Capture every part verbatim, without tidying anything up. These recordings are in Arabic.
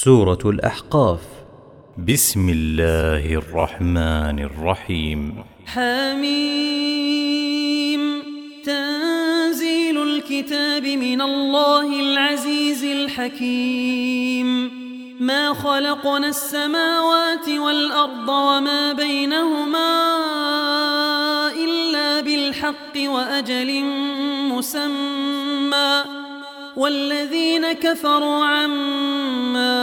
سورة الأحقاف. بسم الله الرحمن الرحيم. حميم. تنزيل الكتاب من الله العزيز الحكيم. ما خلقنا السماوات والأرض وما بينهما إلا بالحق وأجل مسمى، والذين كفروا عما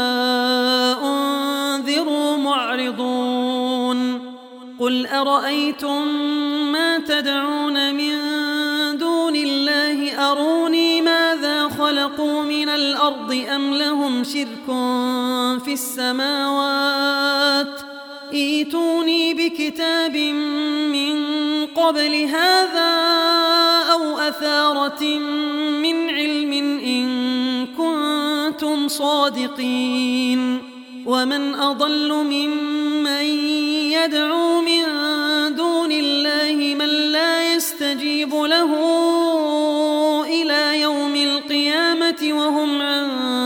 أنذروا معرضون. قل أرأيتم ما تدعون من دون الله أروني ماذا خلقوا من الأرض أم لهم شرك في السماوات ائتوني بكتاب من قبل هذا أو أثارة من علم إن كنتم صادقين. ومن أضل ممن يدعو من دون الله من لا يستجيب له إلى يوم القيامة وهم عن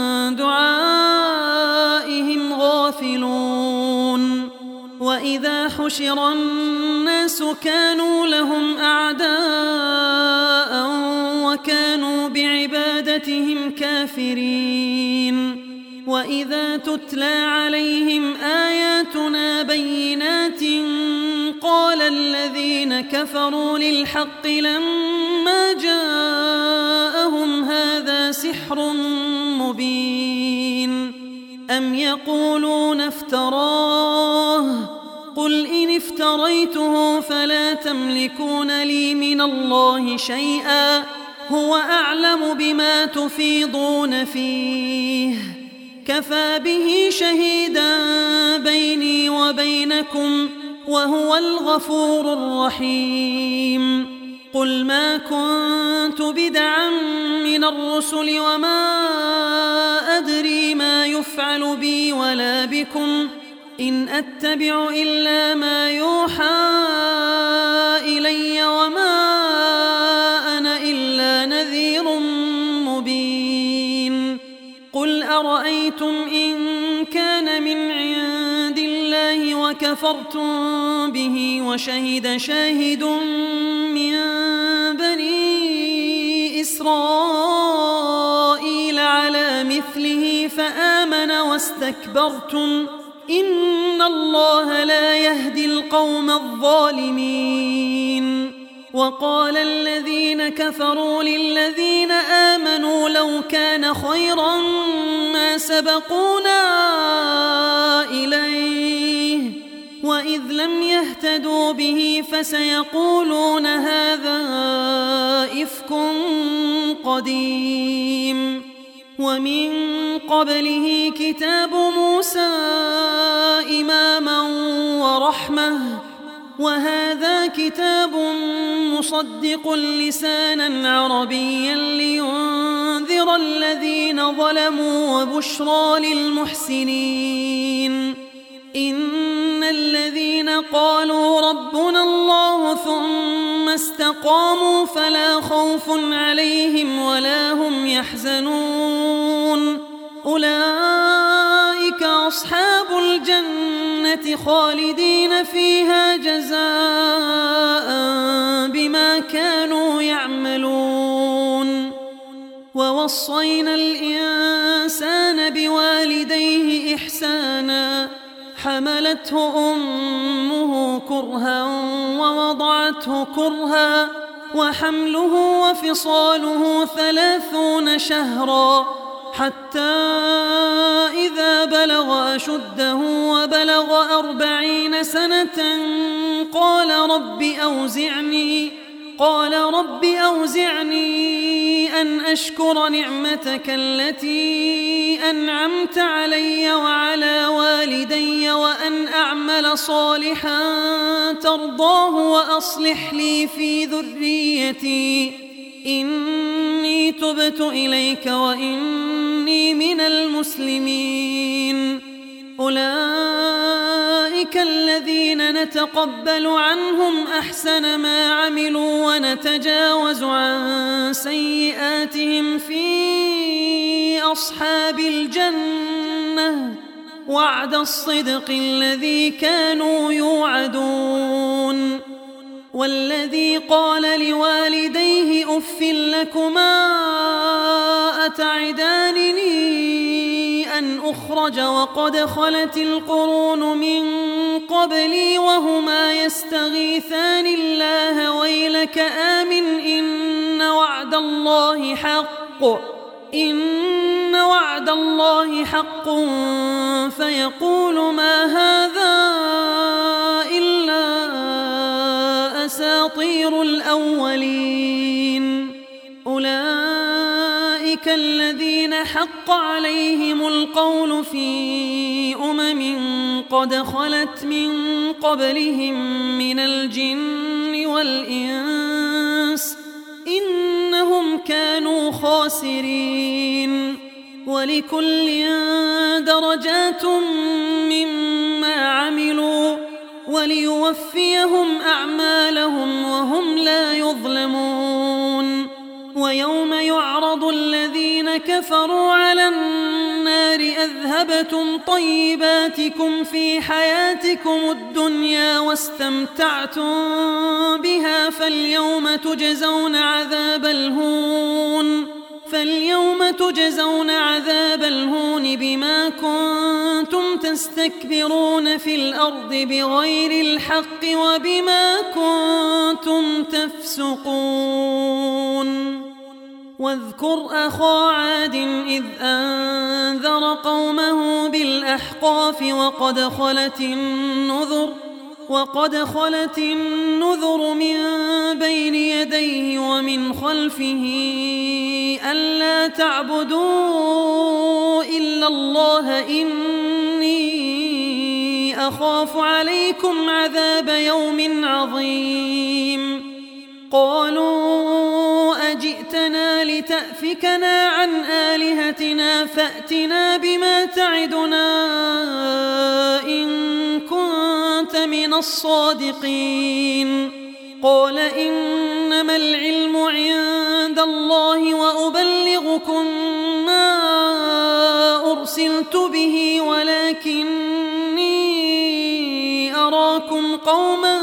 دعائهم غافلون. وإذا حشر الناس كانوا لهم أعداء وكانوا بعبادتهم كافرين. وإذا تتلى عليهم آياتنا بينات قال الذين كفروا للحق لما جاءهم هذا سحر مبين. أم يقولون افتراه قل إن افتريته فلا تملكون لي من الله شيئا هو أعلم بما تفيضون فيه كفى به شهيدا بيني وبينكم وهو الغفور الرحيم. قل ما كنت بدعا من الرسل وما أدري ما يفعل بي ولا بكم إن أتبع إلا ما يوحى إلي وما أنا إلا نذير مبين. قل أرأيتم إن كان من عند الله وكفرتم به وشهد شاهد من بني إسرائيل على مثله فآمن واستكبرتم إن الله لا يهدي القوم الظالمين. وقال الذين كفروا للذين آمنوا لو كان خيرا ما سبقونا إليه وإذ لم يهتدوا به فسيقولون هذا إفك قديم. ومن قبله كتاب موسى إماما ورحمة وهذا كتاب مصدق لسانا عربيا لينذر الذين ظلموا وبشرى للمحسنين. إن الذين قالوا ربنا الله ثم استقاموا فلا خوف عليهم ولا هم يحزنون أولئك أصحاب الجنة خالدين فيها جزاء بما كانوا يعملون. ووصينا الإنسان بوالديه إحسانا حملته أمه كرها ووضعته كرها وحمله وفصاله ثلاثون شهرا حتى إذا بلغ أشده وبلغ أربعين سنة قال رب أوزعني قال رب أوزعني أن أشكر نعمتك التي أنعمت علي وعلى والدي وأن أعمل صالحا ترضاه وأصلح لي في ذريتي إني تبت إليك وإني من المسلمين. أولئك الذين نتقبل عنهم أحسن ما عملوا ونتجاوز عن سيئاتهم في أصحاب الجنة وعد الصدق الذي كانوا يوعدون والذي قال لوالديه أف لكما أتعدانني أن أخرج وقد خلت القرون من قبلي وهما يستغيثان الله ويلك آمن إن وعد الله حق إن وعد الله حق فيقول ما هذا إلا أساطير الأولين أولئك الذين حق عليهم القول في أمم قد خلت من قبلهم من الجن والإنس إنهم كانوا خاسرين ولكل درجات مما عملوا وليوفيهم أعمالهم وهم لا يظلمون ويوم يعرض الذين كفروا على النار أذهبتم طيباتكم في حياتكم الدنيا واستمتعتم بها فاليوم تجزون عذاب الهون فاليوم تجزون عذاب الهون بما كنتم تستكبرون في الأرض بغير الحق وبما كنتم تفسقون واذكر أخا عاد إذ أنذر قومه بالأحقاف وقد خلت النذر وقد خلت النذر من بين يديه ومن خلفه ألا تعبدوا إلا الله إني أخاف عليكم عذاب يوم عظيم قالوا أجئتنا لتأفكنا عن آلهتنا فأتنا بما تعدنا إن كنت من الصادقين قال إنما العلم عند الله وأبلغكم ما أرسلت به ولكني أراكم قوما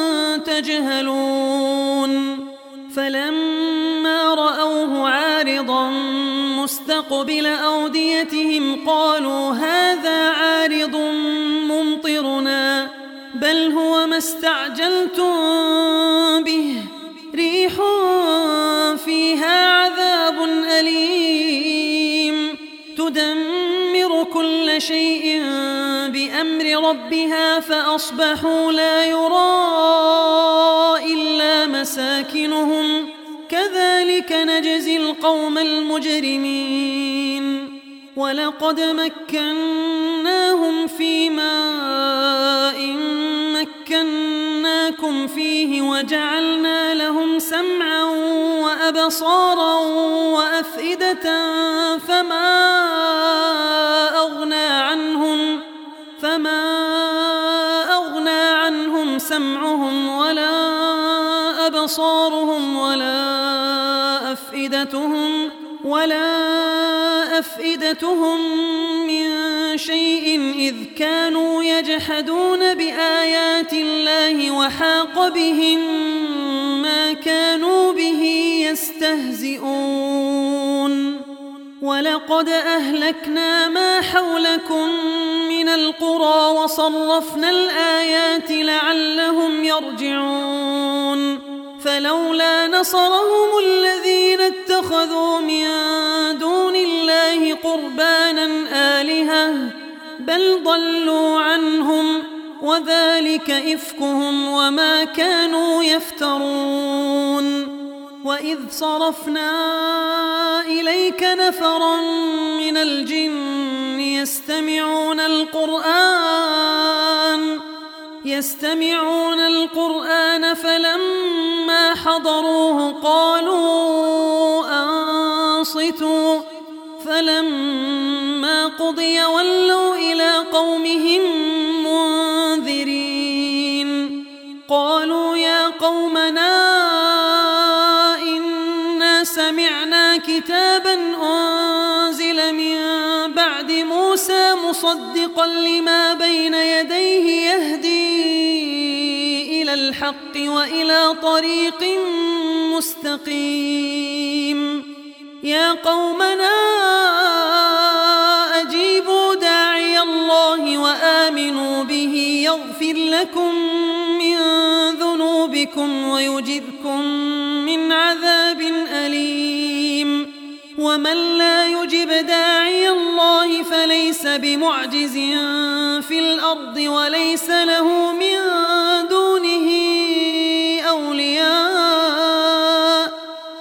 تجهلون فلما رأوه عارضا مستقبل أوديتهم قالوا هذا عارض ممطرنا بل هو ما استعجلتم به ريح فيها عذاب أليم تدمر كل شيء بأمر ربها فأصبحوا لا يرى إلا مساكنهم كذلك نجزي القوم المجرمين ولقد مكناهم في ماء مكناكم فيه وجعلنا لهم سمعا وأبصارا وأفئدة فما أغنى عنهم فما أغنى عنهم سمعهم ولا أبصارهم ولا أفئدتهم ولا أفئدتهم من شيء إذ كانوا يجحدون بآيات الله وحاق بهم ما كانوا به يستهزئون ولقد أهلكنا ما حولكم من القرى وصرفنا الآيات لعلهم يرجعون فلولا نصرهم الذين اتخذوا من دون الله قربانا آلهة بل ضلوا عنهم وذلك إفكهم وما كانوا يفترون وإذ صرفنا إليك نفرا من الجن يستمعون القرآن يستمعون القرآن فلما حضروه قالوا أنصتوا فلما قضي ولوا إلى قومهم منذرين قالوا يا قومنا إنا سمعنا كتابا أنزل من بعد موسى مصدقا لما بين يديه يهدي إلى الحق وإلى طريق مستقيم. يا قومنا أجيبوا داعي الله وآمنوا به يغفر لكم من ذنوبكم ويجركم من عذاب أليم. ومن لا يجب داعي الله فليس بمعجز في الأرض وليس له من دونه أولياء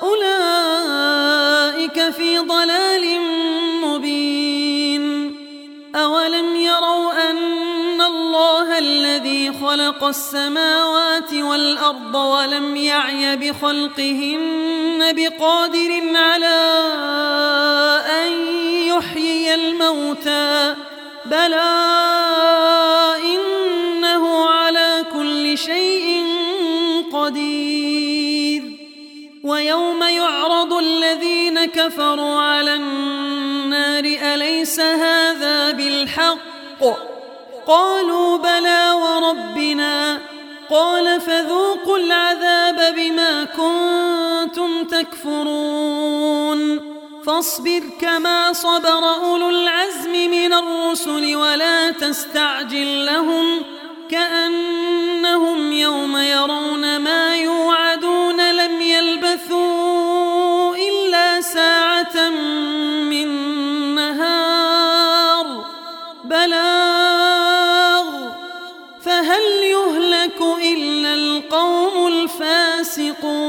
أولئك في ضلال مبين. أولم يروا أن الله الذي خلق السماوات والأرض ولم يعي بخلقهن بقادر على أن يحيي الموتى بلى إنه على كل شيء قدير. ويوم يعرض الذين كفروا على النار أليس هذا بالحق؟ قالوا بلى وربنا. قال فذوقوا العذاب بما كنتم تكفرون. فاصبر كما صبر أولو العزم من الرسل ولا تستعجل لهم كأنهم يوم يرون ما يوعدون لم يلبثوا إلا ساعة من نهار بلاغ فهل يهلك إلا القوم الفاسقون.